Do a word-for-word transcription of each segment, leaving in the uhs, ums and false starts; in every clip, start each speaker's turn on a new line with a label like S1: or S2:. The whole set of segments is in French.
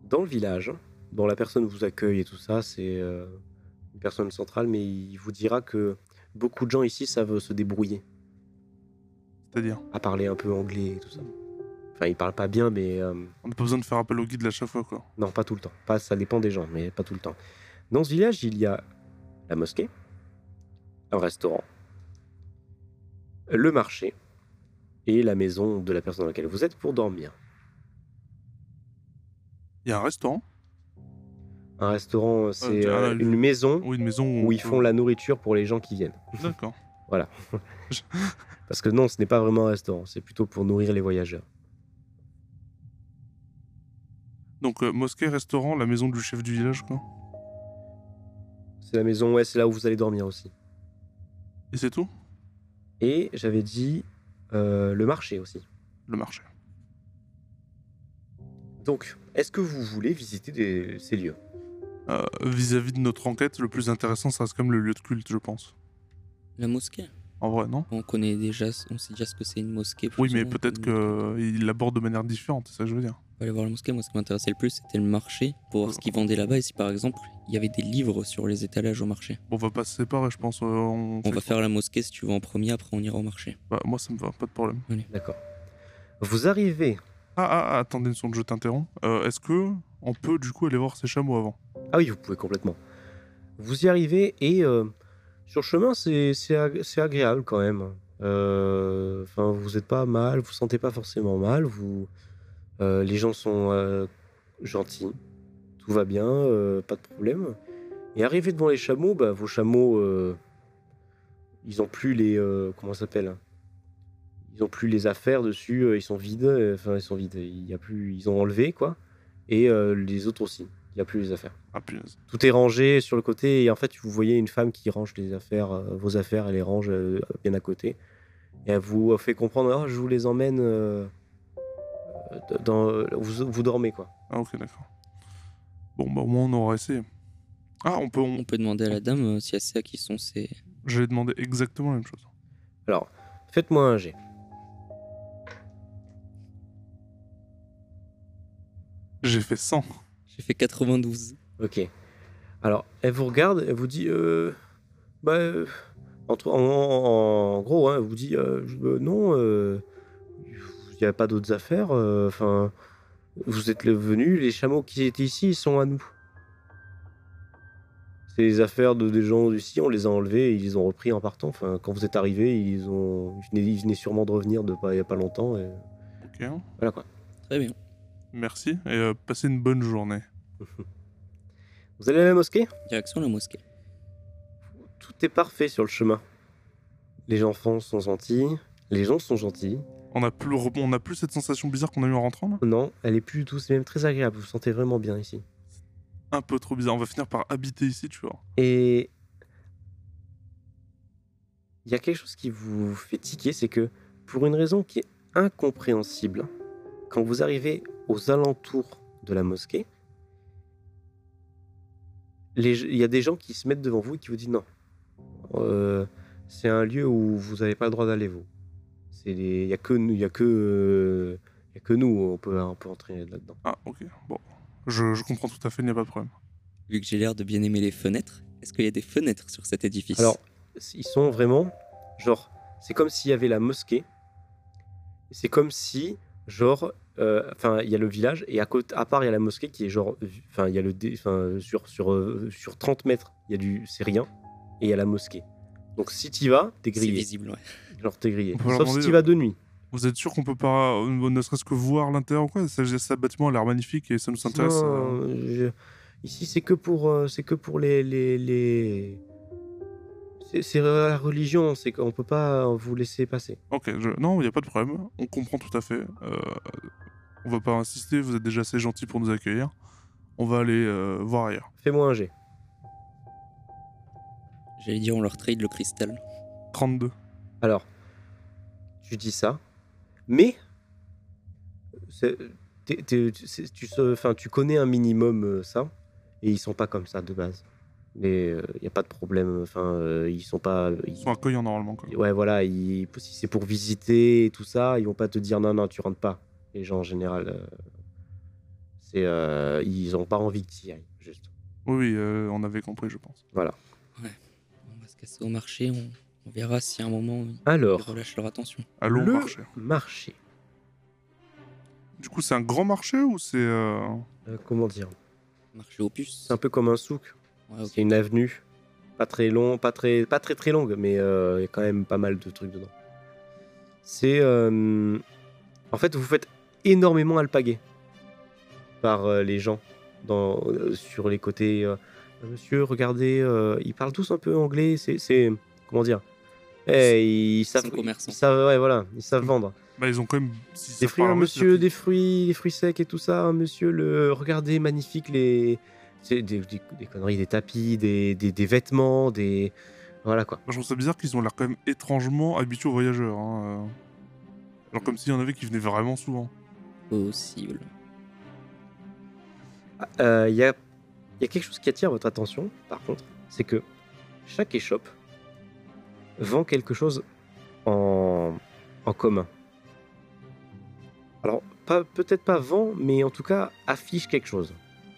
S1: dans le village, dont la personne vous accueille et tout ça, c'est euh, une personne centrale, mais il vous dira que beaucoup de gens ici savent se débrouiller,
S2: C'est-à-dire,
S1: à parler un peu anglais et tout ça. Enfin, ils parlent pas bien, mais euh,
S2: on n'a pas besoin de faire appel au guide à chaque fois, quoi.
S1: non, pas tout le temps. Pas, ça dépend des gens, mais pas tout le temps. Dans ce village, il y a la mosquée, un restaurant, le marché et la maison de la personne dans laquelle vous êtes pour dormir.
S2: Il y a un restaurant.
S1: Un restaurant,
S2: Euh,
S1: c'est
S2: ah,
S1: euh,
S2: là,
S1: une
S2: le-
S1: maison
S2: Oui, une maison où,
S1: où
S2: on
S1: ils
S2: peut-
S1: font la nourriture pour les gens qui viennent.
S2: D'accord.
S1: Voilà. Parce que non, ce n'est pas vraiment un restaurant, c'est plutôt pour nourrir les voyageurs.
S2: Donc, euh, mosquée, restaurant, la maison du chef du village, quoi.
S1: C'est la maison, ouais, c'est là où vous allez dormir aussi.
S2: Et c'est tout?
S1: Et j'avais dit euh, le marché aussi.
S2: Le marché.
S1: Donc, est-ce que vous voulez visiter des- ces lieux?
S2: Euh, Vis-à-vis de notre enquête, le plus intéressant, ça reste quand même le lieu de culte, je pense.
S3: La mosquée.
S2: En vrai, non?
S3: On connaît déjà, on sait déjà ce que c'est une mosquée. plus
S2: Oui,
S3: ou
S2: mais
S3: moins,
S2: peut-être
S3: on
S2: qu'il l'aborde de manière différente, c'est ça que je veux dire.
S3: va aller voir la mosquée. Moi, ce qui m'intéressait le plus, c'était le marché, pour voir ce qu'ils vendaient là-bas. Et si par exemple, il y avait des livres sur les étalages au marché.
S2: Bon, on va pas se séparer, je pense. euh, on
S3: On
S2: fait
S3: va
S2: quoi
S3: faire la mosquée si tu veux en premier, après on ira au marché.
S2: Bah, moi, ça me va, pas de problème.
S1: D'accord. Vous arrivez.
S2: Ah, ah, ah, attendez une seconde, je t'interromps. Euh, Est-ce que on peut, du coup, aller voir ces chameaux avant?
S1: Ah oui, vous pouvez complètement. Vous y arrivez et euh, sur le chemin, c'est c'est ag- c'est agréable quand même. Euh, Enfin, vous n'êtes pas mal, vous sentez pas forcément mal. Vous, euh, les gens sont euh, gentils, tout va bien, euh, pas de problème. Et arrivé devant les chameaux, bah, vos chameaux, euh, ils ont plus les euh, comment ça s'appelle? Ils ont plus les affaires dessus, euh, ils sont vides. euh, Enfin, ils sont vides. Il y a plus, ils ont enlevé quoi. Et euh, les autres aussi. Il y a plus les affaires.
S2: Ah, punaise.
S1: Tout est rangé sur le côté et en fait vous voyez une femme qui range les affaires, euh, vos affaires, elle les range euh, bien à côté et elle vous fait comprendre, oh, je vous les emmène euh, dans, euh, vous, vous dormez quoi.
S2: Ah, ok, d'accord. Bon, bah, au moins, on aura essayé. Ah, on peut. On...
S3: On peut demander à la dame euh, si elle sait à qui sont ces.
S2: J'allais demander exactement la même chose.
S1: Alors faites-moi un jet.
S2: J'ai fait cent.
S3: J'ai fait quatre-vingt-douze.
S1: Ok. Alors elle vous regarde, elle vous dit, euh, bah, euh, en, en- en- en gros, hein, elle vous dit, euh, je- euh, non, euh, il n'y a pas d'autres affaires. Enfin, vous êtes venus, les chameaux qui étaient ici, ils sont à nous. C'est les affaires de des gens d'ici, on les a enlevés et ils les ont repris en partant. Enfin, quand vous êtes arrivés, ils ont, ils venaient, ils venaient sûrement de revenir de pas, il y a pas longtemps. Et...
S2: Ok.
S1: Voilà quoi.
S3: Très bien.
S2: Merci et euh, passez une bonne journée.
S1: Vous allez à la mosquée?
S3: Direction la mosquée.
S1: Tout est parfait sur le chemin. Les enfants sont gentils, les gens sont gentils.
S2: On a plus, on a plus cette sensation bizarre qu'on a eu en rentrant là.
S1: Non, elle est plus du tout, c'est même très agréable. Vous vous sentez vraiment bien ici.
S2: Un peu trop bizarre. On va finir par habiter ici, tu vois.
S1: Et il y a quelque chose qui vous fait tiquer, c'est que pour une raison qui est incompréhensible, quand vous arrivez aux alentours de la mosquée, les- il y a des gens qui se mettent devant vous et qui vous disent non. Euh, c'est un lieu où vous n'avez pas le droit d'aller, vous. C'est les- Il n'y a que nous, il y a que, euh, il y a que nous, on peut, on peut entrer là-dedans.
S2: Ah, ok. Bon. Je, je comprends tout à fait, il n'y a pas de problème.
S3: Vu que j'ai l'air de bien aimer les fenêtres, est-ce qu'il y a des fenêtres sur cet édifice?
S1: Alors, ils sont vraiment, genre, c'est comme s'il y avait la mosquée. C'est comme si, genre, euh, enfin, il y a le village et à côté, à part, il y a la mosquée qui est genre, enfin, il y a le, dé- enfin, sur sur euh, sur trente mètres, il y a du, c'est rien, et il y a la mosquée. Donc si t'y vas, t'es
S3: C'est
S1: grillé.
S3: visible, ouais.
S1: Genre t'es grillé.
S2: On peut leur
S1: Sauf si
S2: demander
S1: t'y
S2: de-
S1: vas de nuit.
S2: Vous êtes sûr qu'on peut pas, euh, ne serait-ce que voir l'intérieur ou quoi? Ça, ça bâtiment a l'air magnifique et ça nous intéresse.
S1: Non,
S2: euh.
S1: je- Ici, c'est que pour, euh, c'est que pour les les les. C'est c'est la religion, c'est qu'on peut pas vous laisser passer.
S2: Ok, je... non, il n'y a pas de problème. On comprend tout à fait. Euh, on va pas insister, vous êtes déjà assez gentil pour nous accueillir. On va aller euh, voir ailleurs.
S1: Fais-moi un jet.
S3: J'allais dire, on leur trade le cristal.
S2: trente-deux.
S1: Alors, tu dis ça, mais c'est- t'es- t'es- c'est- tu, se- enfin, tu connais un minimum euh, ça, et ils sont pas comme ça de base. Mais il n'y a pas de problème. Enfin, euh, ils sont pas.
S2: Ils sont accueillants normalement. Quoi.
S1: Ouais, voilà. ils- si c'est pour visiter et tout ça, ils vont pas te dire non, non, tu rentres pas. Les gens en général, euh, C'est, euh, ils ont pas envie que tu y ailles, juste.
S2: Oui, oui, euh, on avait compris, je pense.
S1: Voilà.
S3: Ouais. On va se casser au marché, on, on verra si à un moment ils
S1: Alors,
S3: relâchent leur attention.
S2: Allons
S1: le
S2: au marché.
S1: marché.
S2: Du coup, c'est un grand marché ou c'est... euh,
S1: Euh, comment dire?
S3: Marché aux puces.
S1: C'est un peu comme un souk.
S3: Ouais, ok.
S1: C'est une avenue, pas très long, pas très, pas très très longue, mais euh, il y a quand même pas mal de trucs dedans. C'est, euh, en fait, vous faites énormément alpaguer par euh, les gens dans, euh, sur les côtés. euh, Monsieur, regardez, euh, ils parlent tous un peu anglais. C'est, c'est comment dire? Eh, ils savent,
S3: sont commerçants.
S1: ils savent, ouais, voilà, ils savent vendre.
S2: Bah, ils ont quand même... s'ils
S1: Des
S2: savent
S1: fruits, hein,
S2: parler,
S1: monsieur,
S2: c'est-à-dire
S1: des fruits, des fruits secs et tout ça, hein, monsieur. Le, regardez, magnifique les, c'est des, des, des conneries, des tapis, des, des, des vêtements, des, voilà quoi.
S2: que- Bah, je trouve ça bizarre qu'ils ont l'air quand même étrangement habitués aux voyageurs. Hein. euh. Genre comme s'il y en avait qui venaient vraiment souvent.
S3: Possible.
S1: Il euh, y, a, y a quelque chose qui attire votre attention, par contre, c'est que chaque échoppe vend quelque chose en, en commun. Alors, pas, peut-être pas vend, mais en tout cas affiche quelque chose.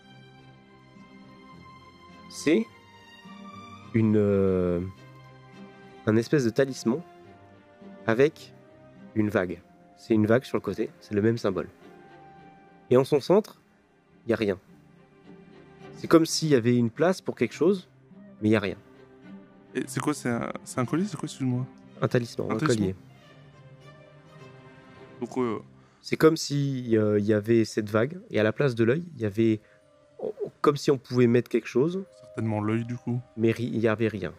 S1: C'est une euh, un espèce de talisman avec une vague. C'est une vague sur le côté, c'est le même symbole. Et en son centre, il n'y a rien. C'est comme s'il y avait une place pour quelque chose, mais il n'y a rien.
S2: Et c'est quoi, c'est un... c'est un collier, c'est quoi, excuse-moi?
S1: Un talisman,
S2: Un
S1: un,
S2: talisman.
S1: collier.
S2: Donc, euh,
S1: C'est comme s'il euh, y avait cette vague, et à la place de l'œil, il y avait... Comme si on pouvait mettre quelque chose,
S2: certainement l'œil, du coup.
S1: mais ri- il n'y avait rien.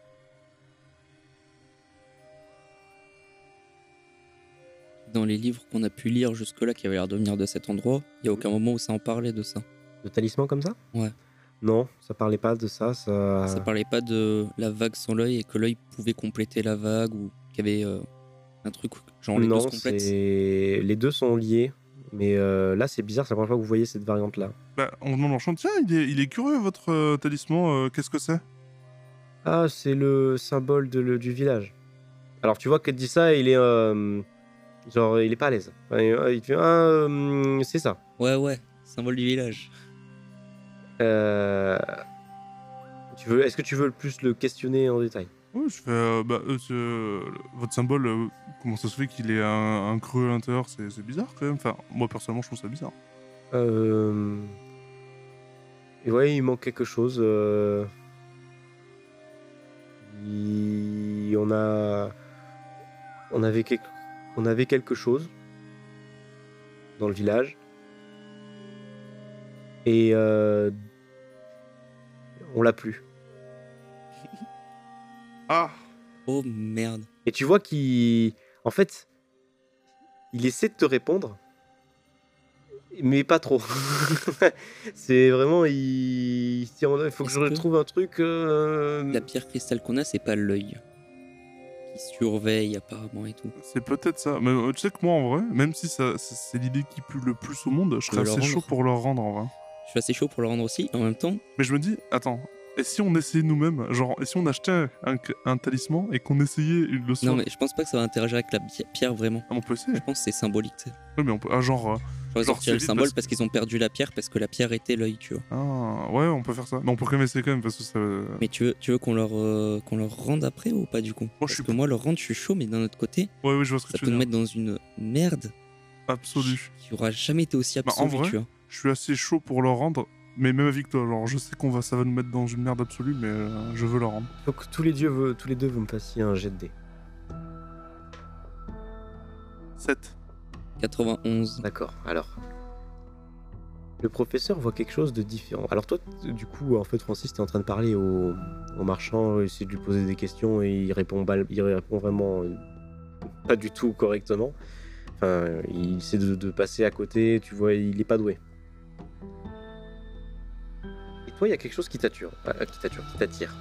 S3: Dans les livres qu'on a pu lire jusque-là qui avaient l'air de venir de cet endroit, il n'y a aucun moment où ça en parlait de ça.
S1: De talisman comme ça?
S3: Ouais.
S1: Non, ça parlait pas de ça, ça...
S3: Ça parlait pas de la vague sans l'œil et que l'œil pouvait compléter la vague ou qu'il y avait euh, un truc genre les deux
S1: non,
S3: se complètent.
S1: c'est... Les deux sont liés, mais euh, là c'est bizarre, c'est la première fois que vous voyez cette variante-là.
S2: Bah, on demande en chant, tiens, il est, il est curieux, votre euh, talisman, euh, qu'est-ce que c'est?
S1: Ah, c'est le symbole de le- du village. Alors tu vois que dit ça, il est... euh, genre, il est pas à l'aise. Enfin, il fait, ah, euh, c'est ça.
S3: Ouais, ouais, symbole du village.
S1: Euh... Tu veux... Est-ce que tu veux le plus le questionner en détail?
S2: Oui, je fais, euh, bah, euh, c'est, euh, votre symbole, euh, comment ça se fait qu'il ait un, un creux à l'intérieur? C'est c'est bizarre quand même. Enfin, moi personnellement, je trouve ça bizarre.
S1: Euh... Et ouais, il manque quelque chose. euh, il- On a... On avait, quelque... On avait quelque chose dans le village. Et euh... on l'a plus.
S2: Ah!
S3: Oh merde.
S1: Et tu vois qu'il... En fait, il essaie de te répondre, mais pas trop. C'est vraiment... Il, il faut que
S3: Est-ce
S1: je
S3: que-
S1: retrouve un truc... euh,
S3: La pierre cristal qu'on a, c'est pas l'œil qui surveille apparemment et tout.
S2: C'est peut-être ça. Mais euh, tu sais que moi, en vrai, même si ça, c'est c'est l'idée qui pue le plus au monde, je serais
S3: veux le
S2: assez chaud
S3: rendre.
S2: pour leur rendre en vrai.
S3: Je suis assez chaud pour le rendre aussi. En même temps,
S2: Mais je me dis, attends, et si on essayait nous-mêmes? Genre, et si on achetait un, un, un talisman et qu'on essayait une leçon?
S3: non mais je pense pas que ça va interagir avec la pi- pierre vraiment.
S2: Ah, on peut essayer.
S3: Je pense que c'est symbolique. tu sais.
S2: Oui, mais on peut. Ah, genre. euh,
S3: Genre ils
S2: Genre,
S3: ont retiré le
S2: c'est
S3: symbole
S2: parce
S3: parce,
S2: que-
S3: qu'ils ont perdu la pierre parce que la pierre était l'œil, tu vois.
S2: Ah, ouais, on peut faire ça. Mais on peut quand même essayer quand même parce que ça.
S3: Mais tu veux, tu veux qu'on leur, euh, qu'on leur rende après ou pas du coup?
S2: je
S3: Parce
S2: suis
S3: que moi leur rendre, je suis chaud, mais d'un autre côté,
S2: Ouais, oui, je vois ce que
S3: ça
S2: tu
S3: peut
S2: veux
S3: nous
S2: dire.
S3: mettre dans une merde
S2: Absolu.
S3: qui aura jamais été aussi
S2: Bah, en
S3: absolue,
S2: vrai,
S3: tu vois.
S2: Je suis assez chaud pour leur rendre, mais même avec toi. Genre, je sais qu'on va, ça va nous mettre dans une merde absolue, mais euh, je veux leur rendre.
S1: faut que tous les, dieux, veut- tous les deux vous me fassiez un jet de dés.
S2: sept.
S3: quatre-vingt-onze.
S1: D'accord, alors. Le professeur voit quelque chose de différent. Alors toi, t- du coup, en fait, Francis, t'es en train de parler au, au marchand, essayer de lui poser des questions, et il répond, bal- il répond vraiment euh, pas du tout correctement. Enfin, il essaie de, de passer à côté, tu vois, il est pas doué. Et toi, il y a quelque chose qui t'attire, euh, qui t'attire, qui t'attire.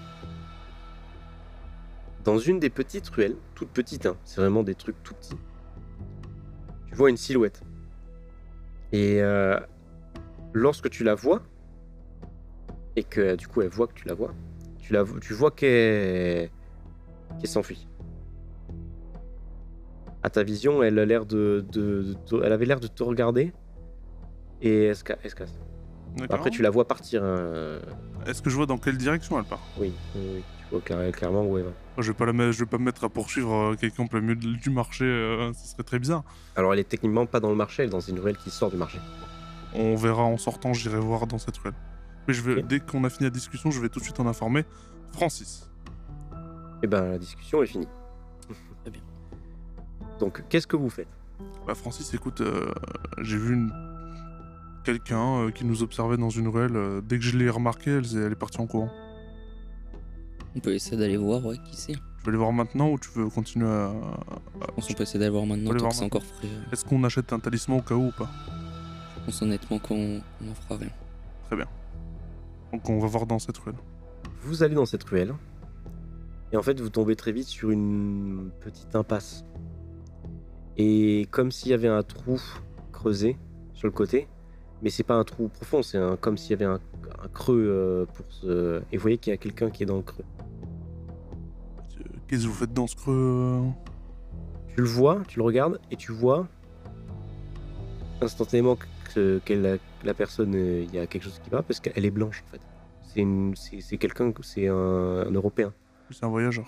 S1: Dans une des petites ruelles, toute petite, hein, c'est vraiment des trucs tout petits, tu vois une silhouette. Et euh, lorsque tu la vois, et que du coup elle voit que tu la vois, tu, la, vo- tu vois qu'elle qu'elle s'enfuit. À ta vision, elle a l'air de, de- de te- elle avait l'air de te regarder, et elle se, ca- elle se casse.
S2: D'accord.
S1: Après, tu la vois partir. Hein.
S2: Est-ce que je vois dans quelle direction elle part?
S1: Oui, oui, oui, tu vois clair- clairement où elle va.
S2: Je vais pas la mettre- je vais pas me mettre à poursuivre euh, quelqu'un en plein milieu de- du marché, euh, ce serait très bizarre.
S1: Alors, elle est techniquement pas dans le marché, elle est dans une ruelle qui sort du marché.
S2: On verra en sortant, j'irai voir dans cette ruelle. Mais je vais,
S1: Ok.
S2: dès qu'on a fini la discussion, je vais tout de suite en informer Francis.
S1: Et ben, la discussion est finie.
S3: Très bien.
S1: Donc, qu'est-ce que vous faites?
S2: Bah Francis, écoute, euh, j'ai vu une... quelqu'un euh, qui nous observait dans une ruelle. euh, dès que je l'ai remarqué, elle, elle est partie en courant.
S3: On peut essayer d'aller voir, ouais, qui c'est.
S2: Tu veux aller voir maintenant ou tu veux continuer à... à-
S3: Je pense qu'on peut essayer d'aller voir maintenant,
S2: aller
S3: tant
S2: voir
S3: que c'est
S2: maintenant.
S3: encore frais. euh,
S2: Est-ce qu'on achète un talisman au cas où ou pas?
S3: Je pense honnêtement qu'on on en fera rien.
S2: Très bien. Donc on va voir dans cette ruelle.
S1: Vous allez dans cette ruelle. Et en fait, vous tombez très vite sur une petite impasse. Et comme s'il y avait un trou creusé sur le côté. Mais c'est pas un trou profond, c'est un, comme s'il y avait un, un creux euh, pour se... Et vous voyez qu'il y a quelqu'un qui est dans le creux.
S2: Euh, Qu'est-ce que vous faites dans ce creux euh
S1: Tu le vois, tu le regardes, et tu vois instantanément que, que la, la personne, euh, il y a quelque chose qui va, parce qu'elle est blanche en fait. C'est une- c'est c'est quelqu'un, c'est un, un Européen.
S2: C'est un voyageur.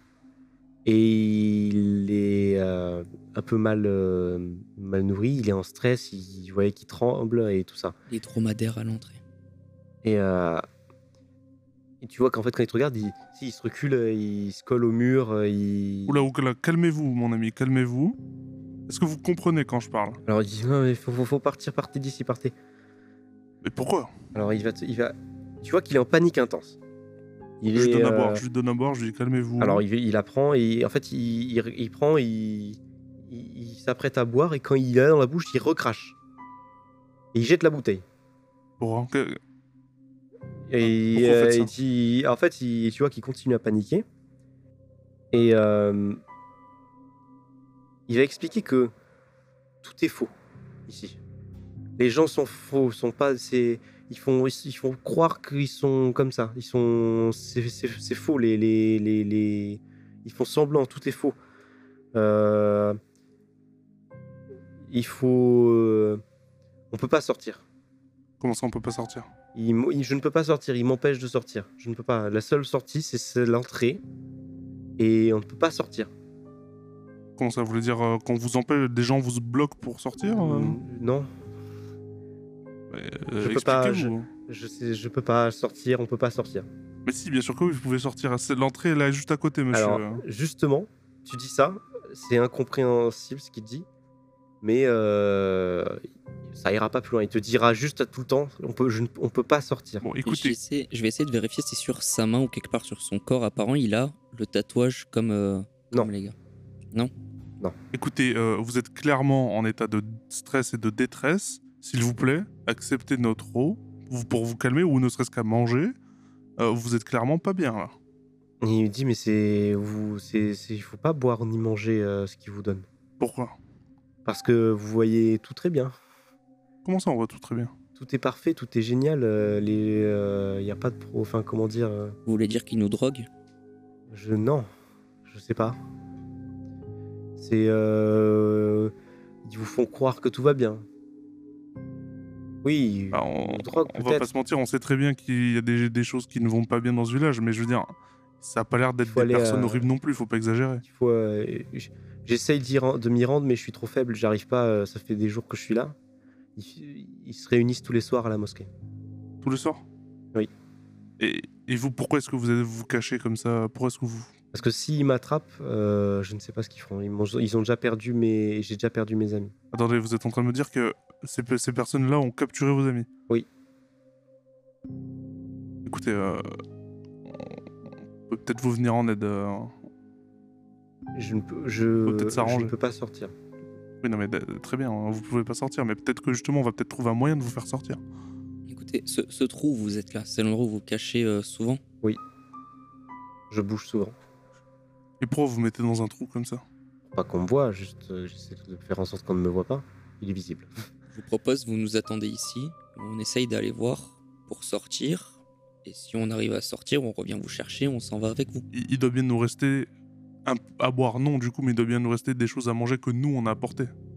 S1: Et il est euh, un peu mal, euh, mal nourri, il est en stress, il, vous voyez qu'il tremble et tout ça.
S3: Les dromadaires à l'entrée.
S1: Et, euh, et tu vois qu'en fait, quand il te regarde, il, si, il se recule, euh, il se colle au mur, euh, il...
S2: Oula, oula, calmez-vous, mon ami, calmez-vous. Est-ce que vous comprenez quand je parle?
S1: Alors il dit, non mais faut, faut, faut partir, partez d'ici, partez.
S2: Mais pourquoi?
S1: Alors il va, te- il va... Tu vois qu'il est en panique intense. Il
S2: Je lui
S1: est,
S2: donne à
S1: euh,
S2: boire, je lui donne à boire, je lui dis calmez-vous.
S1: Alors il, il apprend et en fait il, il, il prend, il, il, il s'apprête à boire et quand il a dans la bouche, il recrache. Et il jette la bouteille.
S2: Pour un- que-
S1: Et
S2: Pourquoi vous
S1: euh,
S2: faites
S1: il dit- en fait, il- tu vois qu'il continue à paniquer. Et euh, il va expliquer que tout est faux ici. Les gens sont faux, sont pas, c'est, ils font, ils font croire qu'ils sont comme ça. Ils sont, c'est, c'est, c'est faux. Les, les, les, les, ils font semblant, tout est faux. Euh, il faut, euh, on peut pas sortir.
S2: Comment ça, on peut pas sortir?
S1: Il m- il- je ne peux pas sortir, il m'empêche de sortir. Je ne peux pas. La seule sortie, c'est c'est l'entrée. Et on ne peut pas sortir.
S2: Comment ça, vous voulez dire euh, qu'on vous empêche, des gens vous bloquent pour sortir euh
S1: Mm, Non,
S2: Mais,
S1: je
S2: euh,
S1: peux pas,
S2: expliquez-vous.
S1: je sais, je peux pas sortir, on peut pas sortir.
S2: Mais si, bien sûr que oui, vous pouvez sortir. C'est- L'entrée, elle est juste à côté, monsieur.
S1: Alors, justement, tu dis ça, c'est incompréhensible ce qu'il dit, mais euh, ça ira pas plus loin. Il te dira juste tout le temps, on peut, je ne- on peut pas sortir.
S2: Bon, écoutez,
S3: J'essaie- Je vais essayer de vérifier si sur sa main ou quelque part sur son corps apparent, il a le tatouage comme, euh,
S1: Non.
S3: comme les gars.
S2: écoutez, euh, vous êtes clairement en état de stress et de détresse. S'il vous plaît, acceptez notre eau vous- pour vous calmer ou ne serait-ce qu'à manger. Euh, vous êtes clairement pas bien là.
S1: Et il me dit, mais c'est, vous, c'est, c'est- il faut pas boire ni manger euh, ce qu'il vous donne,
S2: Pourquoi?
S1: parce que vous voyez tout très bien.
S2: Comment ça, on voit tout très bien?
S1: Tout est parfait, tout est génial. euh, les, euh, y a pas de pro. Enfin, comment dire euh,
S3: Vous voulez dire qu'il nous drogue?
S1: Je non, je sais pas. C'est euh, ils vous font croire que tout va bien. Oui,
S2: Bah, on,
S1: une drogue
S2: on va
S1: peut-être.
S2: pas se mentir, on sait très bien qu'il y a des, des choses qui ne vont pas bien dans ce village, mais je veux dire, ça a pas l'air d'être
S1: faut
S2: des
S1: aller,
S2: personnes
S1: euh,
S2: horribles non plus, faut pas exagérer.
S1: Il faut. euh, j- J'essaye d'y ren- de m'y rendre, mais je suis trop faible. J'arrive pas. euh, Ça fait des jours que je suis là. Ils, ils se réunissent tous les soirs à la mosquée.
S2: Tous les soirs?
S1: Oui.
S2: Et, et vous, pourquoi est-ce que vous allez vous cacher comme ça? Pourquoi est-ce que vous...
S1: Parce que s'ils m'attrapent, euh, je ne sais pas ce qu'ils feront. Ils, m'ont- ils ont déjà perdu mes. J'ai déjà perdu mes amis.
S2: Attendez, vous êtes en train de me dire que ces, pe- ces personnes-là ont capturé vos amis?
S1: Oui.
S2: Écoutez, euh, on peut peut-être vous venir en aide. euh.
S1: Je ne peux. Je,
S2: peut-être
S1: je
S2: s'arranger.
S1: ne peux pas sortir.
S2: Oui, non mais d- très bien, hein, vous pouvez pas sortir, mais peut-être que justement, on va peut-être trouver un moyen de vous faire sortir.
S3: Écoutez, ce, ce trou où vous êtes là, c'est l'endroit où vous vous cachez euh, souvent?
S1: Je bouge souvent.
S2: Et pourquoi vous vous mettez dans un trou comme ça?
S1: Pas qu'on me voit, juste euh, j'essaie de faire en sorte qu'on ne me voit pas. Il est visible.
S3: Je vous propose, vous nous attendez ici, on essaye d'aller voir pour sortir, et si on arrive à sortir, on revient vous chercher, on s'en va avec vous.
S2: Il, il doit bien nous rester un- à boire, non, du coup, mais il doit bien nous rester des choses à manger que nous, on a apportées.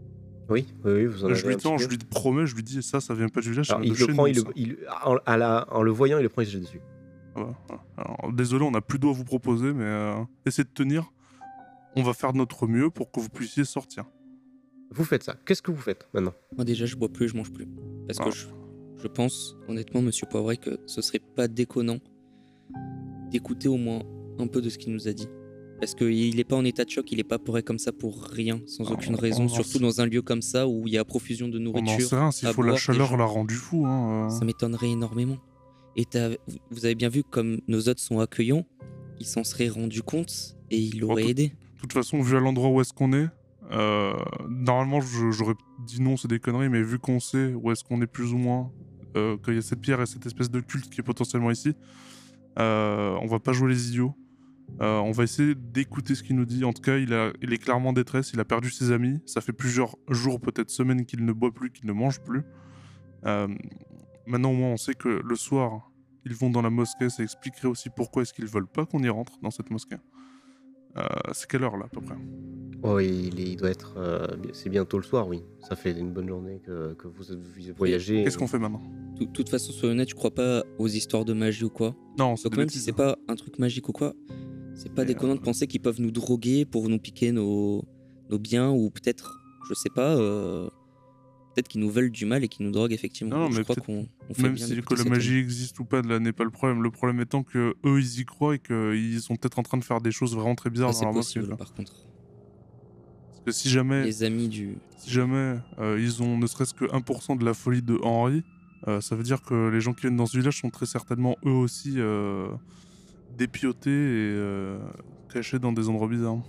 S1: Oui, oui, oui, vous en
S2: Euh,
S1: avez
S2: Je lui
S1: un petit
S2: tends,
S1: peu.
S2: je lui promets, je lui dis ça, ça vient pas du village, ça
S1: Alors,
S2: vient
S1: il
S2: de
S1: le
S2: chez
S1: prend,
S2: nous.
S1: il le,
S2: Ça.
S1: il- en, à la- en le voyant, il le prend, il se jette dessus.
S2: Voilà, voilà. Alors, désolé, on n'a plus d'eau à vous proposer, mais euh, essayez de tenir. On va faire de notre mieux pour que vous puissiez sortir.
S1: Vous faites ça. Qu'est-ce que vous faites maintenant?
S3: Moi déjà, je bois plus, je mange plus. Parce que
S2: Ah.
S3: je, je pense, honnêtement, monsieur Poivret, que ce serait pas déconnant d'écouter au moins un peu de ce qu'il nous a dit. Parce qu'il est pas en état de choc, il est pas pourré comme ça pour rien, sans
S2: Ah,
S3: aucune
S2: on-
S3: raison,
S2: on en
S3: surtout
S2: sait-
S3: dans un lieu comme ça où il y a profusion de
S2: On
S3: nourriture.
S2: n'en sait rien, s'il
S3: à
S2: faut la
S3: boire, des
S2: chaleur
S3: gens.
S2: l'a rendu fou. Hein, euh.
S3: Ça m'étonnerait énormément. Et t'as- vous avez bien vu comme nos hôtes sont accueillants, il s'en serait rendu compte et il l'aurait
S2: tout-
S3: aidé.
S2: De toute façon, vu à l'endroit où est-ce qu'on est, euh, normalement je- j'aurais dit non, c'est des conneries, mais vu qu'on sait où est-ce qu'on est plus ou moins, euh, qu'il y a cette pierre et cette espèce de culte qui est potentiellement ici, euh, on va pas jouer les idiots. Euh, on va essayer d'écouter ce qu'il nous dit. En tout cas, il, a, il est clairement en détresse, il a perdu ses amis. Ça fait plusieurs jours, peut-être semaines qu'il ne boit plus, qu'il ne mange plus. Euh, maintenant, au moins, on sait que le soir, ils vont dans la mosquée. Ça expliquerait aussi pourquoi est-ce qu'ils veulent pas qu'on y rentre dans cette mosquée. Euh, c'est quelle heure là, à peu près?
S1: Oh, il, est- il doit être. euh, bi- c'est bientôt le soir, oui. Ça fait une bonne journée que, que vous, vous voyagez.
S2: Qu'est-ce qu'on fait maintenant?
S3: De toute façon, soyons honnêtes, je crois pas aux histoires de magie ou quoi.
S2: Non, c'est
S3: Donc
S2: des
S3: même si
S2: bêtises.
S3: c'est pas un truc magique ou quoi, c'est pas
S2: Mais,
S3: déconnant
S2: euh,
S3: de penser qu'ils peuvent nous droguer pour nous piquer nos, nos biens ou peut-être, je sais pas, euh, peut-être qu'ils nous veulent du mal et qu'ils nous droguent effectivement.
S2: Non, non,
S3: Donc, je
S2: mais
S3: crois
S2: peut-être-
S3: qu'on on fait
S2: Même
S3: bien
S2: si
S3: d'écouter
S2: que la
S3: cet
S2: magie existe ou pas, là n'est pas le problème. Le problème étant que eux ils y croient et qu'ils sont peut-être en train de faire des choses vraiment très
S3: homme.
S2: bizarres
S3: Ça,
S2: dans
S3: c'est
S2: leur mosquée.
S3: possible
S2: quoi.
S3: par contre.
S2: Parce que si jamais,
S3: Les amis du...
S2: si jamais euh, ils ont ne serait-ce que un pour cent de la folie de Henri, euh, ça veut dire que les gens qui viennent dans ce village sont très certainement eux aussi euh, dépiotés et euh, cachés dans des endroits bizarres.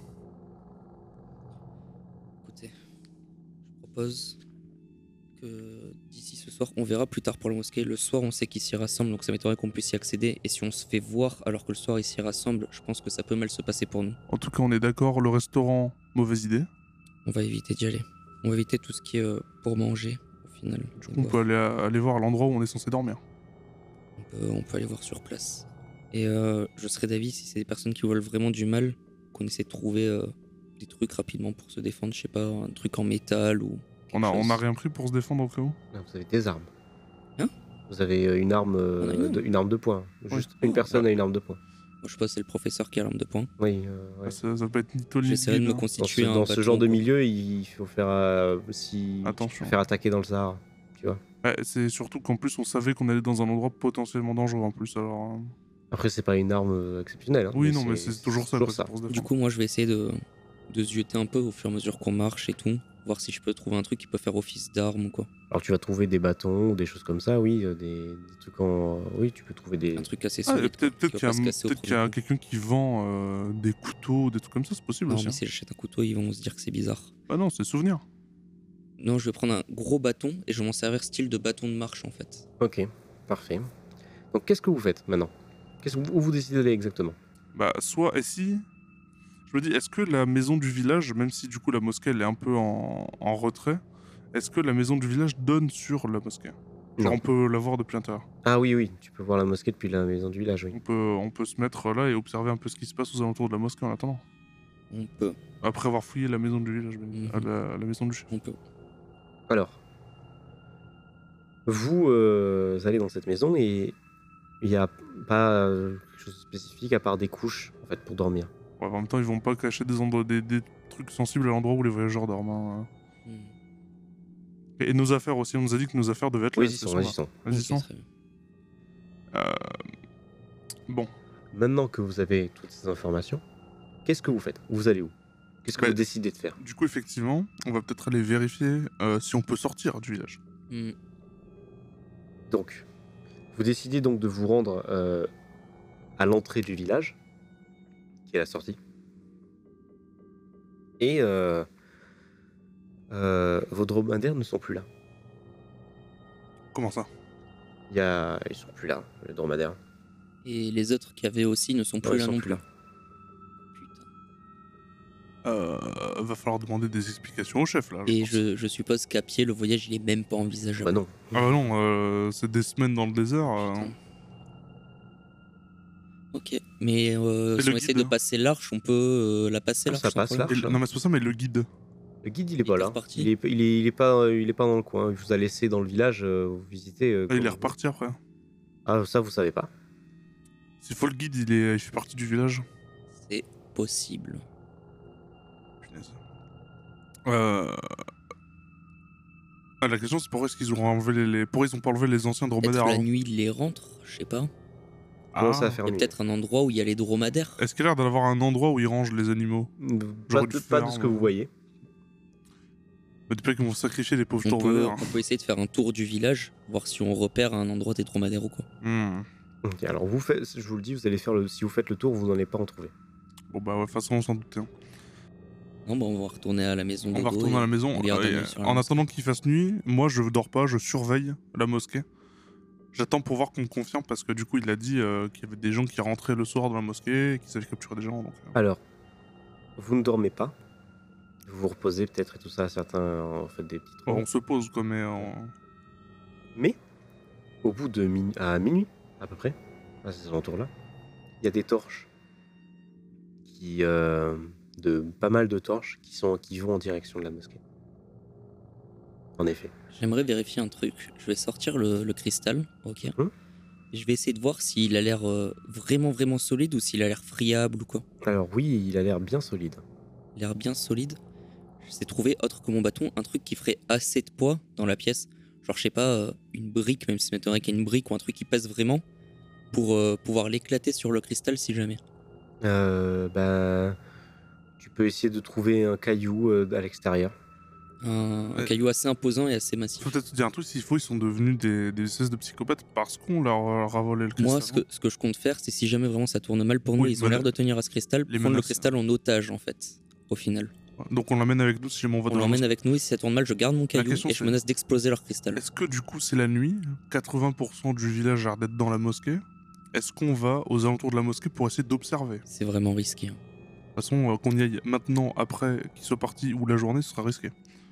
S3: Écoutez, je propose que d'ici ce soir, on verra plus tard pour la mosquée. Le soir, on sait qu'ils s'y rassemblent, donc ça m'étonnerait qu'on puisse y accéder. Et si on se fait voir alors que le soir ils s'y rassemblent, je pense que ça peut mal se passer pour nous.
S2: En tout cas, on est d'accord, le restaurant, mauvaise idée.
S3: On va éviter d'y aller. On va éviter tout ce qui est euh, pour manger, au final.
S2: Du coup, on peut aller, à- aller voir l'endroit où on est censé dormir.
S3: On peut, on peut aller voir sur place. Et euh, je serais d'avis, si c'est des personnes qui veulent vraiment du mal, qu'on essaie de trouver euh, des trucs rapidement pour se défendre. Je sais pas, un truc en métal ou.
S2: On a,
S3: quelque
S2: on a
S3: chose.
S2: rien pris pour se défendre au cas où.
S1: Ah, vous avez des armes.
S3: Hein
S1: Vous avez euh, une arme, euh,
S3: On a une arme.
S1: de, une arme de poing. Juste
S2: Oui.
S1: une personne
S2: Ouais.
S1: a une arme de poing.
S3: Moi, je sais pas, c'est le professeur qui a l'arme de poing.
S1: Oui, euh, ouais.
S2: Ça, ça peut être ni tôt ni
S3: J'essaierai de me
S2: Guide, hein.
S1: Dans ce,
S3: constituer un
S1: dans ce
S3: bâton,
S1: genre de
S3: quoi.
S1: milieu, il faut faire euh, si
S2: Attention.
S1: faire attaquer dans le Sahara, tu vois.
S2: Ouais, c'est surtout qu'en plus on savait qu'on allait dans un endroit potentiellement dangereux en plus. Alors, euh,
S1: Après, c'est pas une arme euh, exceptionnelle. hein,
S2: oui, non, mais c'est toujours ça. quoi, c'est pour se
S3: Du
S2: défendre.
S3: coup, moi, je vais essayer de, de se jeter un peu au fur et à mesure qu'on marche et tout. Voir si je peux trouver un truc qui peut faire office d'arme ou quoi.
S1: Alors, tu vas trouver des bâtons ou des choses comme ça, oui, euh, des, des trucs en. Oui, tu peux trouver des.
S3: Un truc assez
S2: Ah, et
S3: solide.
S2: peut-être
S3: quoi,
S2: peut-être
S3: qui
S2: qu'il y
S3: va
S2: a,
S3: pas se casser au
S2: peut-être qu'il y a
S3: premier coup.
S2: quelqu'un qui vend euh, des couteaux, des trucs comme ça, c'est possible
S3: Non,
S2: aussi.
S3: mais
S2: hein.
S3: si j'achète un couteau, ils vont se dire que c'est bizarre.
S2: Ah non, c'est souvenir.
S3: Non, je vais prendre un gros bâton et je vais m'en servir style de bâton de marche en fait.
S1: Ok, parfait. Donc, qu'est-ce que vous faites maintenant? Qu'est-ce que vous, où vous décidez d'aller exactement?
S2: Bah, soit, et si. Je me dis, est-ce que la maison du village, même si du coup la mosquée elle est un peu en, en retrait, est-ce que la maison du village donne sur la mosquée? Genre
S1: Non.
S2: on peut la voir depuis l'intérieur.
S1: Ah oui, oui, tu peux voir la mosquée depuis la maison du village, oui.
S2: On peut, on peut se mettre là et observer un peu ce qui se passe aux alentours de la mosquée en attendant.
S3: On peut,
S2: Après avoir fouillé la maison du village, bien
S3: Mhm.
S2: à la, la maison du chef.
S3: on peut.
S1: Alors, vous euh, allez dans cette maison et il n'y a pas euh, quelque chose de spécifique à part des couches, en fait, pour dormir.
S2: Ouais, en même temps, ils vont pas cacher des, endroits, des, des trucs sensibles à l'endroit où les voyageurs dorment. hein.
S3: Hmm.
S2: Et, et nos affaires aussi, on nous a dit que nos affaires devaient être là.
S1: Oui, ils y
S2: c'est
S1: sont,
S2: sûr,
S1: ils
S2: là.
S1: y sont.
S2: Vas-y,
S3: Ok,
S2: sont.
S3: très bien.
S2: Euh, Bon,
S1: Maintenant que vous avez toutes ces informations, qu'est-ce que vous faites? Vous allez où? Qu'est-ce que
S2: Bah,
S1: vous décidez de faire?
S2: du coup, effectivement, on va peut-être aller vérifier euh, si on peut sortir du village.
S3: Hmm.
S1: Donc, vous décidez donc de vous rendre euh, à l'entrée du village, qui est la sortie. Et euh, euh, vos dromadaires ne sont plus là.
S2: Comment ça?
S1: Il y a... Ils sont plus là, les dromadaires.
S3: Et les autres qui avaient aussi ne sont plus
S1: Non, ils
S3: là
S1: sont
S3: non
S1: plus
S3: plus.
S1: là.
S3: Putain.
S2: Euh, va falloir demander des explications au chef là. je
S3: Et
S2: pense.
S3: je, je suppose qu'à pied, le voyage il est même pas envisageable.
S1: Bah non.
S2: Ah bah non, euh, c'est des semaines dans le désert. euh,
S3: Putain. Ok, mais euh,
S2: Et
S3: si
S2: le
S3: on essaie
S2: guide
S3: de passer l'arche, on peut euh, la passer
S1: Ah,
S3: l'arche.
S1: ça
S3: sans
S1: passe,
S3: problème.
S1: l'arche.
S2: et le- non mais c'est pas ça, mais le guide.
S1: Le guide, il est
S3: Il
S1: pas
S3: est
S1: là.
S3: reparti.
S1: Il est, il est, il est pas, il est pas dans le coin. Il vous a laissé dans le village. euh, vous visitez. euh,
S2: Ah, il
S1: comme
S2: est
S1: vous-
S2: reparti après.
S1: Ah, ça, vous savez pas.
S2: S'il faut le guide, il, est... il fait partie du village.
S3: C'est possible.
S2: Punaise. Euh... Ah, la question c'est pourquoi est-ce qu'ils ont enlevé les, les... Pourquoi ils ont pas enlevé les anciens
S3: Peut-être
S2: dromadaires
S3: la
S2: avant
S3: nuit, il les rentre, je sais pas.
S1: Comment ça
S2: Ah.
S1: faire
S3: Il y a
S1: nuit
S3: peut-être un endroit où il y a les dromadaires.
S2: Est-ce qu'il y a l'air d'avoir un endroit où ils rangent les animaux?
S1: Pas,
S2: J'aurais
S1: de,
S2: dû
S1: pas
S2: faire,
S1: de ce que
S2: mais-
S1: vous voyez.
S2: Mais depuis qu'ils vont sacrifier les pauvres
S3: On peut,
S2: dromadaires.
S3: on peut essayer de faire un tour du village, voir si on repère un endroit des dromadaires ou quoi.
S2: Hmm.
S1: Ok, alors vous faites, je vous le dis, vous allez faire le. Si vous faites le tour, vous n'en allez pas en trouver.
S2: Bon bah ouais, de toute façon on s'en doutait. hein.
S3: Non, bah on va retourner à la maison
S2: On
S3: d'Ego
S2: va retourner
S3: et
S2: à la maison.
S3: on garde
S2: euh,
S3: un
S2: et,
S3: œil sur la
S2: en
S3: mosquée.
S2: attendant qu'il fasse nuit, moi je dors pas, je surveille la mosquée. J'attends pour voir qu'on me confirme parce que du coup il a dit euh, qu'il y avait des gens qui rentraient le soir dans la mosquée et qu'ils savaient capturer des gens. Donc, euh,
S1: Alors, vous ne dormez pas. Vous vous reposez peut-être et tout ça. Certains en fait des petites
S2: bon,
S1: rondes.
S2: on se pose quoi, mais euh,
S1: Mais, au bout de min- à minuit, à peu près, à ces alentours-là, il y a des torches. Qui, euh, de pas mal de torches qui, sont, qui vont en direction de la mosquée. En effet.
S3: J'aimerais vérifier un truc. Je vais sortir le, le cristal, ok.
S1: Hum.
S3: Et je vais essayer de voir s'il a l'air euh, vraiment vraiment solide ou s'il a l'air friable ou quoi.
S1: Alors oui, il a l'air bien solide.
S3: Il a l'air bien solide. J'essaie de trouver, autre que mon bâton, un truc qui ferait assez de poids dans la pièce. Genre, je sais pas, euh, une brique, même si m'étonnerait qu'il y ait une brique ou un truc qui pèse vraiment, pour euh, pouvoir l'éclater sur le cristal si jamais.
S1: Euh, bah, tu peux essayer de trouver un caillou euh, à l'extérieur.
S3: Un, un
S2: Ouais.
S3: caillou assez imposant et assez massif.
S2: faut peut-être te dire un truc, s'il faut, ils sont devenus des, des espèces de psychopathes parce qu'on leur, leur a volé le cristal.
S3: Moi, ce que, ce que je compte faire, c'est si jamais vraiment ça tourne mal pour nous,
S2: Oui,
S3: ils ont
S2: mena-
S3: l'air de tenir à ce cristal,
S2: les
S3: prendre le
S2: menaces.
S3: cristal en otage en fait, au final.
S2: Donc on l'emmène avec nous si jamais on va
S3: On
S2: dans la
S3: l'emmène
S2: mosquée.
S3: avec nous et si ça tourne mal, je garde mon caillou
S2: question,
S3: et je
S2: c'est-
S3: menace d'exploser leur cristal.
S2: Est-ce que du coup c'est la nuit, quatre-vingts pour cent du village a l'air d'être dans la mosquée? Est-ce qu'on va aux alentours de la mosquée pour essayer d'observer? De
S3: C'est vraiment risqué. hein.
S2: toute façon, euh, qu'on y aille maintenant, après qu'il soit parti ou la journée, ce sera risqué.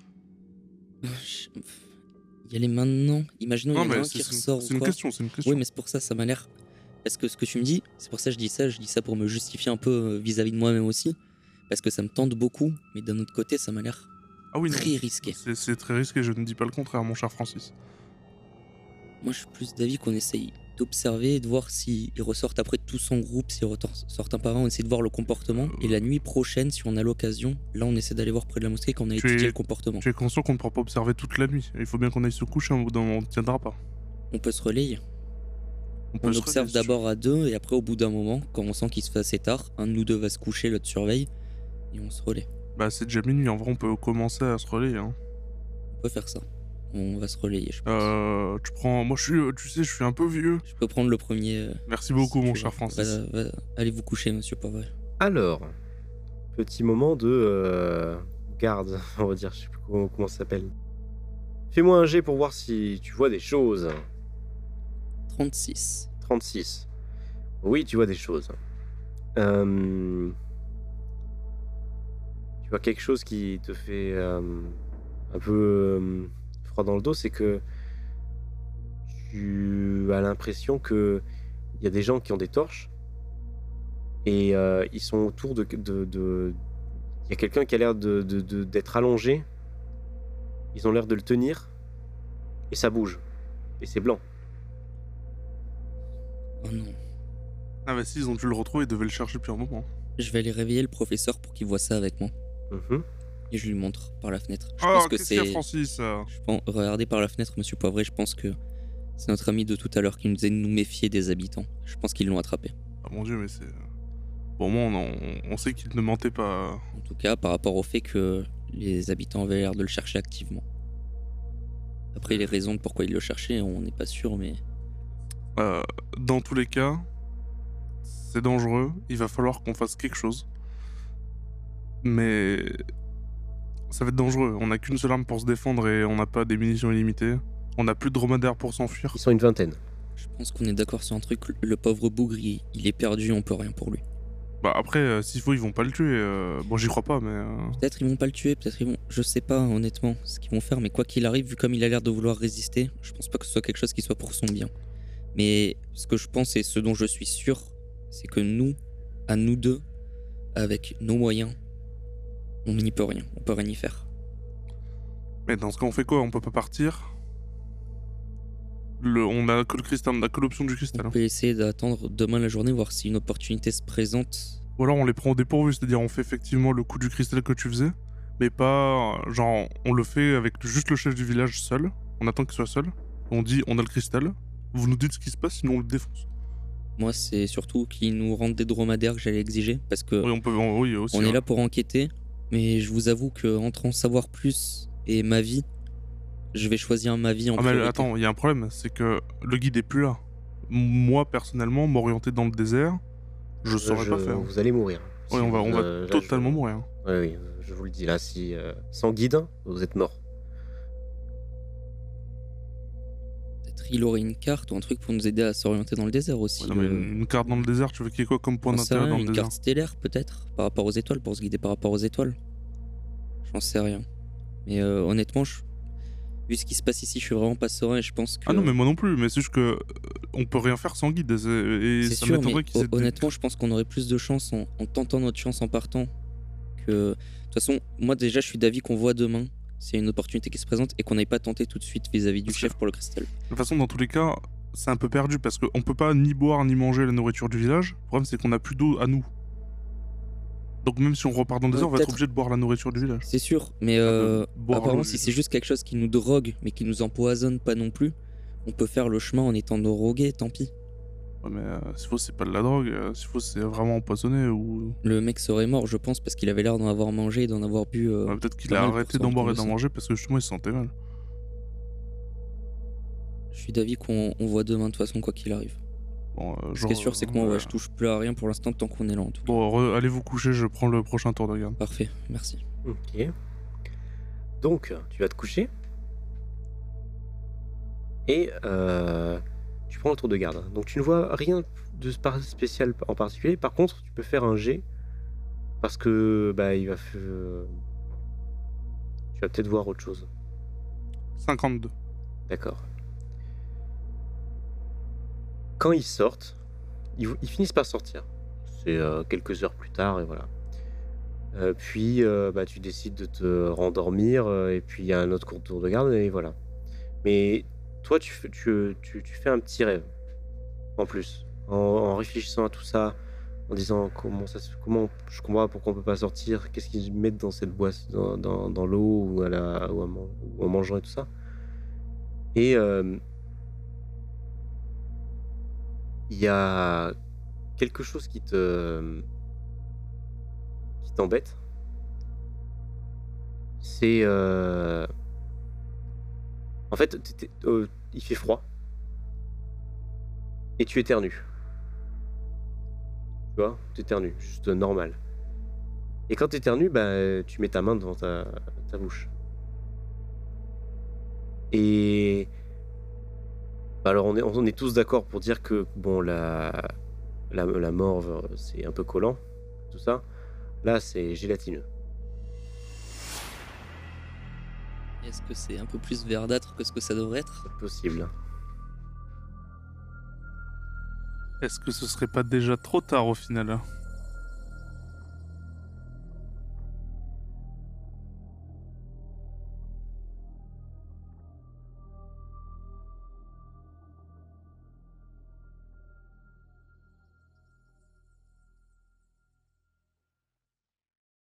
S3: Je- Y aller maintenant. Imaginons il y
S2: Non
S3: en a
S2: mais
S3: un
S2: c'est
S3: qui
S2: c'est une,
S3: ressort
S2: c'est
S3: ou
S2: une
S3: quoi.
S2: question, c'est une question.
S3: Oui, mais c'est pour ça, ça m'a l'air. Parce que ce que tu me dis, c'est pour ça que je dis ça, je dis ça pour me justifier un peu euh, vis-à-vis de moi-même aussi. Parce que ça me tente beaucoup, mais d'un autre côté, ça m'a l'air
S2: Ah oui, non.
S3: très risqué.
S2: C'est c'est très risqué, je ne dis pas le contraire, mon cher Francis.
S3: Moi, je suis plus d'avis qu'on essaye d'observer et de voir s'ils ressortent après tous en groupe, s'ils ressortent un par un, on essaie de voir le comportement. Et la nuit prochaine, si on a l'occasion, là, on essaie d'aller voir près de la mosquée quand on a
S2: Tu
S3: étudié
S2: es-
S3: le comportement.
S2: Tu es conscient qu'on ne pourra pas observer toute la nuit. Il faut bien qu'on aille se coucher, hein, au bout d'un moment, on ne tiendra pas.
S3: On peut se relayer.
S2: peut
S3: On
S2: se
S3: observe
S2: relayer, si tu veux.
S3: d'abord à deux, et après, au bout d'un moment, quand on sent qu'il se fait assez tard, un de nous deux va se coucher, l'autre surveille, et on se relaie.
S2: Bah c'est déjà minuit, en vrai on peut commencer à se relayer. Hein.
S3: On peut faire ça. On va se relayer, je pense.
S2: Euh, tu prends... Moi je suis, euh, tu sais, je suis un peu vieux.
S3: Je peux prendre le premier. euh,
S2: Merci beaucoup
S3: si
S2: mon
S3: tu
S2: cher
S3: veux.
S2: Francis.
S3: Va- va- allez vous coucher, monsieur Poivre.
S1: Alors, petit moment de euh, garde, on va dire, je sais plus comment, comment ça s'appelle. Fais-moi un jet pour voir si tu vois des choses.
S3: trente-six.
S1: trente-six. Oui, tu vois des choses. Euh, Tu vois quelque chose qui te fait euh, un peu euh, froid dans le dos, c'est que tu as l'impression que il y a des gens qui ont des torches et euh, ils sont autour de... de, de- Il y a quelqu'un qui a l'air de, de- de- d'être allongé. Ils ont l'air de le tenir et ça bouge. Et c'est blanc.
S3: Oh non.
S2: Ah bah si, ils ont dû le retrouver, ils devaient le chercher depuis un moment.
S3: Je vais aller réveiller le professeur pour qu'il voit ça avec moi.
S1: Mhm.
S3: Et je lui montre par la fenêtre. Je
S2: Oh,
S3: pense que
S2: qu'est-ce qu'il y a
S3: c'est.
S2: Francis euh
S3: Je pense... Regardez par la fenêtre, monsieur Poivret, je pense que c'est notre ami de tout à l'heure qui nous disait de nous méfier des habitants. Je pense qu'ils l'ont attrapé.
S2: Ah mon dieu, mais c'est... Bon, moi, on, on, on sait qu'il ne mentait pas.
S3: En tout cas, par rapport au fait que les habitants avaient l'air de le chercher activement. Après, les raisons de pourquoi ils le cherchaient, on n'est pas sûr, mais.
S2: Euh, dans tous les cas, c'est dangereux. Il va falloir qu'on fasse quelque chose. Mais... Ça va être dangereux. On n'a qu'une seule arme pour se défendre et on n'a pas des munitions illimitées. On n'a plus de dromadaire pour s'enfuir.
S1: Ils sont une vingtaine.
S3: Je pense qu'on est d'accord sur un truc. Le pauvre bougre, il, il est perdu, on peut rien pour lui.
S2: Bah après, euh, s'il faut, ils vont pas le tuer. euh, Bon, j'y crois pas, mais... euh,
S3: Peut-être ils vont pas le tuer, peut-être ils vont. Je sais pas honnêtement ce qu'ils vont faire, mais quoi qu'il arrive, vu comme il a l'air de vouloir résister, je pense pas que ce soit quelque chose qui soit pour son bien. Mais ce que je pense et ce dont je suis sûr, c'est que nous, à nous deux, avec nos moyens, on n'y peut rien, on peut rien y faire.
S2: Mais dans ce cas, on fait quoi? On peut pas partir. Le, on a que le cristal, on a que l'option du cristal.
S3: On
S2: hein.
S3: peut essayer d'attendre demain la journée, voir si une opportunité se présente.
S2: Ou alors on les prend au dépourvu, c'est-à-dire on fait effectivement le coup du cristal que tu faisais, mais pas euh, genre on le fait avec juste le chef du village seul. On attend qu'il soit seul. On dit on a le cristal. Vous nous dites ce qui se passe, sinon on le défonce.
S3: Moi, c'est surtout qu'ils nous rendent des dromadaires que j'allais exiger, parce que
S2: Oui, on peut. on- oui, aussi.
S3: on est
S2: ouais.
S3: là pour enquêter, mais je vous avoue que entre en savoir plus et ma vie, je vais choisir ma vie en
S2: Ah mais
S3: priorité.
S2: attends, il y a un problème, c'est que le guide est plus là. Moi personnellement, m'orienter dans le désert, je saurais
S1: Je-
S2: pas faire.
S1: Vous allez mourir.
S2: Oui, on va, on va
S1: Euh, là,
S2: totalement
S1: je...
S2: mourir.
S1: Oui, oui, je vous le dis là, si euh, sans guide, vous êtes mort.
S3: Peut-être il aurait une carte ou un truc pour nous aider à s'orienter dans le désert aussi.
S2: Ouais, non, mais
S3: le-
S2: une, une carte dans le désert, tu veux qu'il y ait quoi comme point
S3: J'en sais
S2: d'intérêt
S3: rien,
S2: dans le
S3: une
S2: désert?
S3: carte stellaire peut-être, par rapport aux étoiles, pour se guider par rapport aux étoiles. J'en sais rien. Mais euh, honnêtement, je- vu ce qui se passe ici, je suis vraiment pas serein et je pense que...
S2: Ah non, mais moi non plus, mais c'est juste que euh, on peut rien faire sans guide. Et, et
S3: C'est
S2: ça
S3: sûr, mais
S2: m'étonnerait qu'ils aient.
S3: hon- honnêtement, je pense qu'on aurait plus de chance en, en tentant notre chance en partant que... De toute façon, moi déjà, je suis d'avis qu'on voit demain s'il y a une opportunité qui se présente et qu'on n'aille pas tenter tout de suite vis-à-vis du
S2: Parce que-
S3: chef pour le cristal.
S2: De toute façon, dans tous les cas, c'est un peu perdu parce qu'on peut pas ni boire ni manger la nourriture du village. Le problème, c'est qu'on a plus d'eau à nous. Donc même si on repart dans le
S3: Ouais,
S2: désert, on va être
S3: peut-être.
S2: obligé de boire la nourriture du village.
S3: C'est sûr, mais euh,
S2: Euh, boire
S3: apparemment,
S2: l'eau
S3: si
S2: du-
S3: c'est juste quelque chose qui nous drogue mais qui nous empoisonne pas non plus, on peut faire le chemin en étant drogué, tant pis.
S2: Ouais, mais euh, s'il faut, c'est pas de la drogue. euh, S'il faut, c'est vraiment empoisonné ou.
S3: Le mec serait mort, je pense, parce qu'il avait l'air d'en avoir mangé et d'en avoir bu. euh,
S2: Ouais, peut-être qu'il
S3: pas
S2: a
S3: mal pour
S2: arrêté
S3: s'en
S2: d'en boire et
S3: retrouver
S2: d'en
S3: ça.
S2: manger parce que justement, il se sentait mal.
S3: Je suis d'avis qu'on on voit demain de toute façon, quoi qu'il arrive.
S2: Bon, euh,
S3: Ce
S2: genre,
S3: qui est sûr, c'est que moi,
S2: euh,
S3: ouais, je touche plus à rien pour l'instant tant qu'on est là en tout cas.
S2: Bon, re- allez vous coucher, je prends le prochain tour de garde.
S3: Parfait, merci.
S1: Ok. Donc, tu vas te coucher. Et euh, tu prends le tour de garde. Donc, tu ne vois rien de spar- spécial en particulier. Par contre, tu peux faire un jet. Parce que, bah, il va. f- euh, Tu vas peut-être voir autre chose.
S2: cinquante-deux.
S1: D'accord. Quand ils sortent, ils, ils finissent par sortir. C'est euh, quelques heures plus tard, et voilà. Euh, puis, euh, bah, tu décides de te rendormir, euh, et puis il y a un autre court tour de garde, et voilà. Mais toi, tu, fais- tu, tu, tu fais un petit rêve, en plus. En, en réfléchissant à tout ça, en disant comment ça se, comment je comprends pas pourquoi on peut pas sortir, qu'est-ce qu'ils mettent dans cette boîte, dans, dans, dans l'eau, ou, à la, ou, à man- ou en mangeant et tout ça. Et euh, il y a quelque chose qui te qui t'embête. C'est euh, en fait t'es- t'es- euh, il fait froid et tu éternues. Tu vois, tu éternues, juste normal. Et quand tu éternues, bah, tu mets ta main devant ta, ta bouche. Et bah, alors on est, on est tous d'accord pour dire que bon la la, la morve c'est un peu collant, tout ça. Là c'est gélatineux.
S3: Est-ce que c'est un peu plus verdâtre que ce que ça devrait être?
S1: C'est possible.
S2: Est-ce que ce serait pas déjà trop tard au final?